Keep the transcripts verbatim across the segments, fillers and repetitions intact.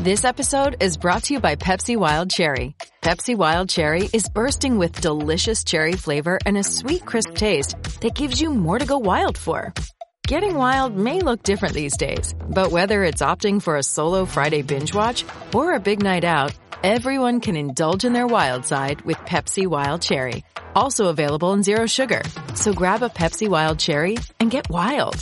This episode is brought to you by Pepsi Wild Cherry. Pepsi Wild Cherry is bursting with delicious cherry flavor and a sweet, crisp taste that gives you more to go wild for. Getting wild may look different these days, but whether it's opting for a solo Friday binge watch or a big night out, everyone can indulge in their wild side with Pepsi Wild Cherry. Also available in Zero Sugar. So grab a Pepsi Wild Cherry and get wild.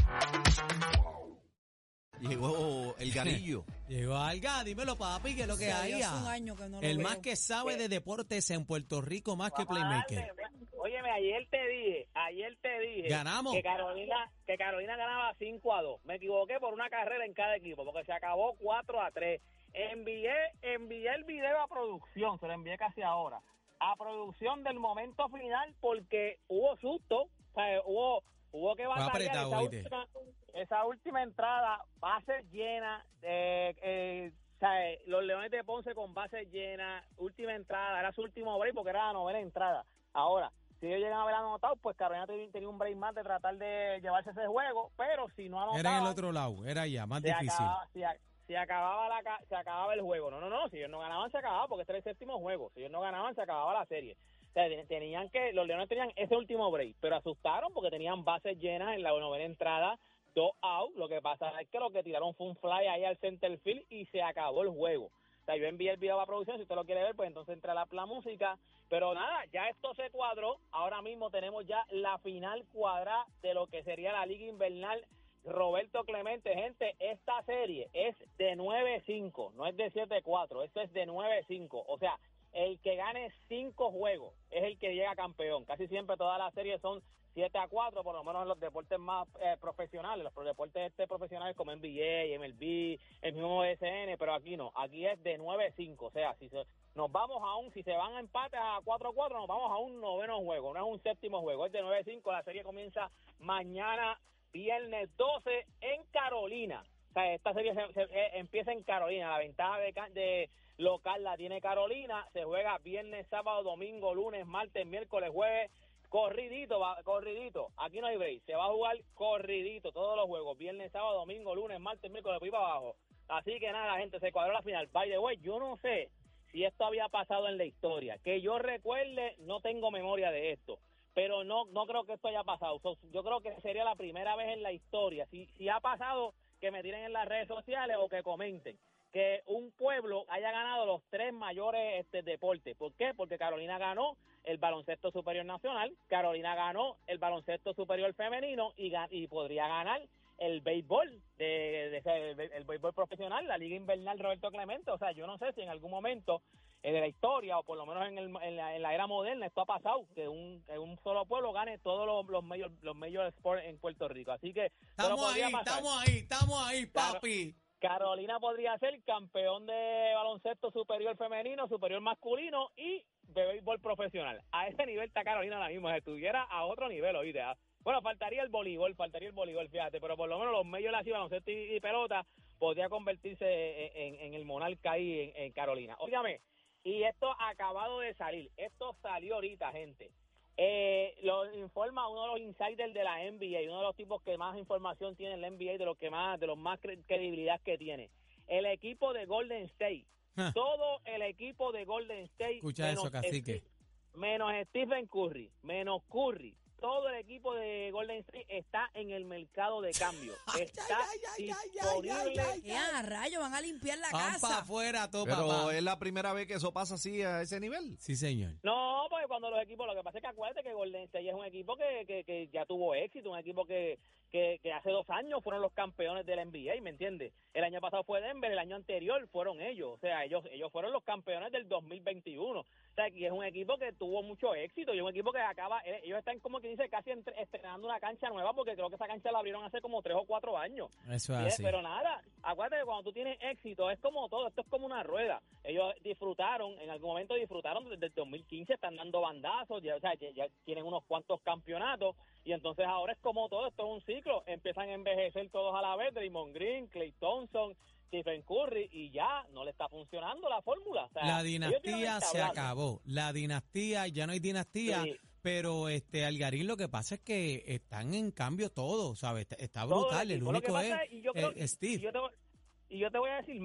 Llegó el Garillo. Llegó Alga, dímelo papi, que es lo que O sea, hay. hace un año que no lo El veo. más que sabe de deportes en Puerto Rico, más que playmaker. Óyeme, ayer te dije, ayer te dije Ganamos. que Carolina que Carolina ganaba cinco a dos. Me equivoqué por una carrera en cada equipo, porque se acabó cuatro a tres. Envié, envié el video a producción, se lo envié casi ahora, a producción del momento final, porque hubo susto, o sea, hubo... Hubo que batallar apretado, esa, ¿oíste? última, esa última entrada, bases llenas, eh, eh, o sea, eh, los Leones de Ponce con bases llenas, última entrada, era su último break porque era la novena entrada. Ahora, si ellos llegan a haber anotado, pues Carolina tenía un break más de tratar de llevarse ese juego, pero si no anotaban... Era en el otro lado, era ya, más se difícil. Acababa, se, se, acababa la, se acababa el juego. No, no, no, si ellos no ganaban, se acababa, porque este era el séptimo juego. Si ellos no ganaban, se acababa la serie. O sea, tenían que, los Leones tenían ese último break, pero asustaron porque tenían bases llenas en la novena entrada, dos out. Lo que pasa es que lo que tiraron fue un fly ahí al center field y se acabó el juego. O sea, yo envié el video a la producción, si usted lo quiere ver, pues entonces entra la, la música. Pero nada, ya esto se cuadró. Ahora mismo tenemos ya la final cuadrada de lo que sería la Liga Invernal. Roberto Clemente, gente, esta serie es de nueve cinco, no es de siete cuatro, esto es de nueve cinco. O sea, el que gane cinco juegos es el que llega campeón. Casi siempre todas las series son siete a cuatro, por lo menos en los deportes más eh, profesionales, los deportes este profesionales como N B A, M L B, el mismo S N, pero aquí no, aquí es de nueve cinco. O sea, si se, nos vamos a un, si se van a empates a cuatro a cuatro, nos vamos a un noveno juego, no es un séptimo juego, es de nueve cinco. La serie comienza mañana, viernes doce, en Carolina. O sea, esta serie se, se, eh, empieza en Carolina. La ventaja de, de local la tiene Carolina. Se juega viernes, sábado, domingo, lunes, martes, miércoles, jueves. Corridito, va, corridito. Aquí no hay break. Se va a jugar corridito todos los juegos. Viernes, sábado, domingo, lunes, martes, miércoles, por ahí para abajo. Así que nada, gente, se cuadró la final. By the way, yo no sé si esto había pasado en la historia. Que yo recuerde, no tengo memoria de esto. Pero no no creo que esto haya pasado. So, yo creo que sería la primera vez en la historia. Si, si ha pasado, que me tiren en las redes sociales o que comenten que un pueblo haya ganado los tres mayores este, deportes. ¿Por qué? Porque Carolina ganó el baloncesto superior nacional, Carolina ganó el baloncesto superior femenino y, y podría ganar el béisbol, de, de, de, el, el béisbol profesional, la Liga Invernal Roberto Clemente. O sea, yo no sé si en algún momento eh, de la historia, o por lo menos en, el, en, la, en la era moderna, esto ha pasado, que un, que un solo pueblo gane todos los, los medios los major sports en Puerto Rico. Así que Estamos ahí, pasar. estamos ahí, estamos ahí, papi. Carolina podría ser campeón de baloncesto superior femenino, superior masculino y de béisbol profesional. A ese nivel está Carolina ahora mismo. Si estuviera a otro nivel, oíste. Bueno, faltaría el voleibol, faltaría el voleibol, fíjate, pero por lo menos los medios de la baloncesto y, y pelota podría convertirse en, en, en el monarca ahí en, en Carolina. Óigame, y esto ha acabado de salir. Esto salió ahorita, gente. Eh, lo informa uno de los insiders de la N B A, uno de los tipos que más información tiene en la N B A, de los que más, de los más cre- credibilidad que tiene. El equipo de Golden State, huh. todo el equipo de Golden State, escucha eso, cacique, Steve, menos Stephen Curry, menos Curry, todo el equipo de Golden State está en el mercado de cambio. Está ay, ay, ay, disponible. Ya, rayos, van a limpiar la van casa. Para afuera, todo, Pero papá. es la primera vez que eso pasa así a ese nivel. Sí, señor. No, porque cuando los equipos, lo que pasa es que acuérdate que Golden State es un equipo que, que, que ya tuvo éxito, un equipo que, que, que hace dos años fueron los campeones de la N B A, ¿me entiendes? El año pasado fue Denver, el año anterior fueron ellos, o sea, ellos ellos fueron los campeones del dos mil veintiuno. O sea, que es un equipo que tuvo mucho éxito y es un equipo que acaba, ellos están como que dice casi entre, estrenando una cancha nueva, porque creo que esa cancha la abrieron hace como tres o cuatro años. Eso es ¿sí? así. Pero nada, acuérdate que cuando tú tienes éxito es como todo, esto es como una rueda. Ellos disfrutaron, en algún momento disfrutaron desde el dos mil quince, están dando bandazos, ya, o sea, ya, ya tienen unos cuantos campeonatos y entonces ahora es como todo, esto es un ciclo, empiezan a envejecer todos a la vez, Draymond Green, Klay Thompson, Stephen Curry, y ya no le está funcionando la fórmula. O sea, la dinastía se acabó, la dinastía, ya no hay dinastía, sí. Pero este Algarín, lo que pasa es que están en cambio todos, ¿sabes? Está, está brutal, el, el único es, es, y yo creo, es Steve. Y yo, te, y yo te voy a decir más,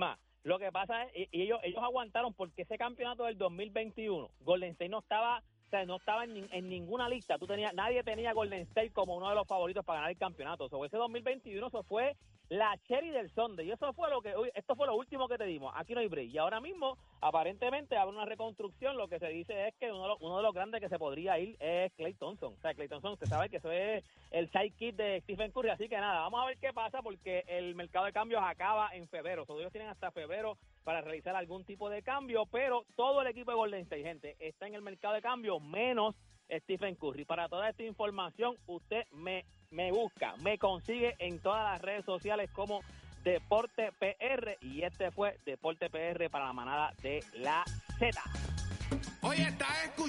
Lo que pasa es, y, y ellos ellos aguantaron porque ese campeonato del dos mil veintiuno, Golden State no estaba, o sea, no estaba en, en ninguna lista. Tú tenías, nadie tenía a Golden State como uno de los favoritos para ganar el campeonato. O sea, ese dos mil veintiuno eso fue la cherry del sundae, y eso fue lo que, esto fue lo último que te dimos. Aquí no hay break. Y ahora mismo, aparentemente, habrá una reconstrucción. Lo que se dice es que uno de los, uno de los grandes que se podría ir es Klay Thompson. O sea, Klay Thompson, usted sabe que eso es el sidekick de Stephen Curry. Así que nada, vamos a ver qué pasa, porque el mercado de cambios acaba en febrero. Todos ellos tienen hasta febrero para realizar algún tipo de cambio, pero todo el equipo de Golden State, gente, está en el mercado de cambios, menos Stephen Curry. Para toda esta información, usted me, me busca, me consigue en todas las redes sociales como Deporte P R, y este fue Deporte P R para la manada de la Z. Oye, está escuchando.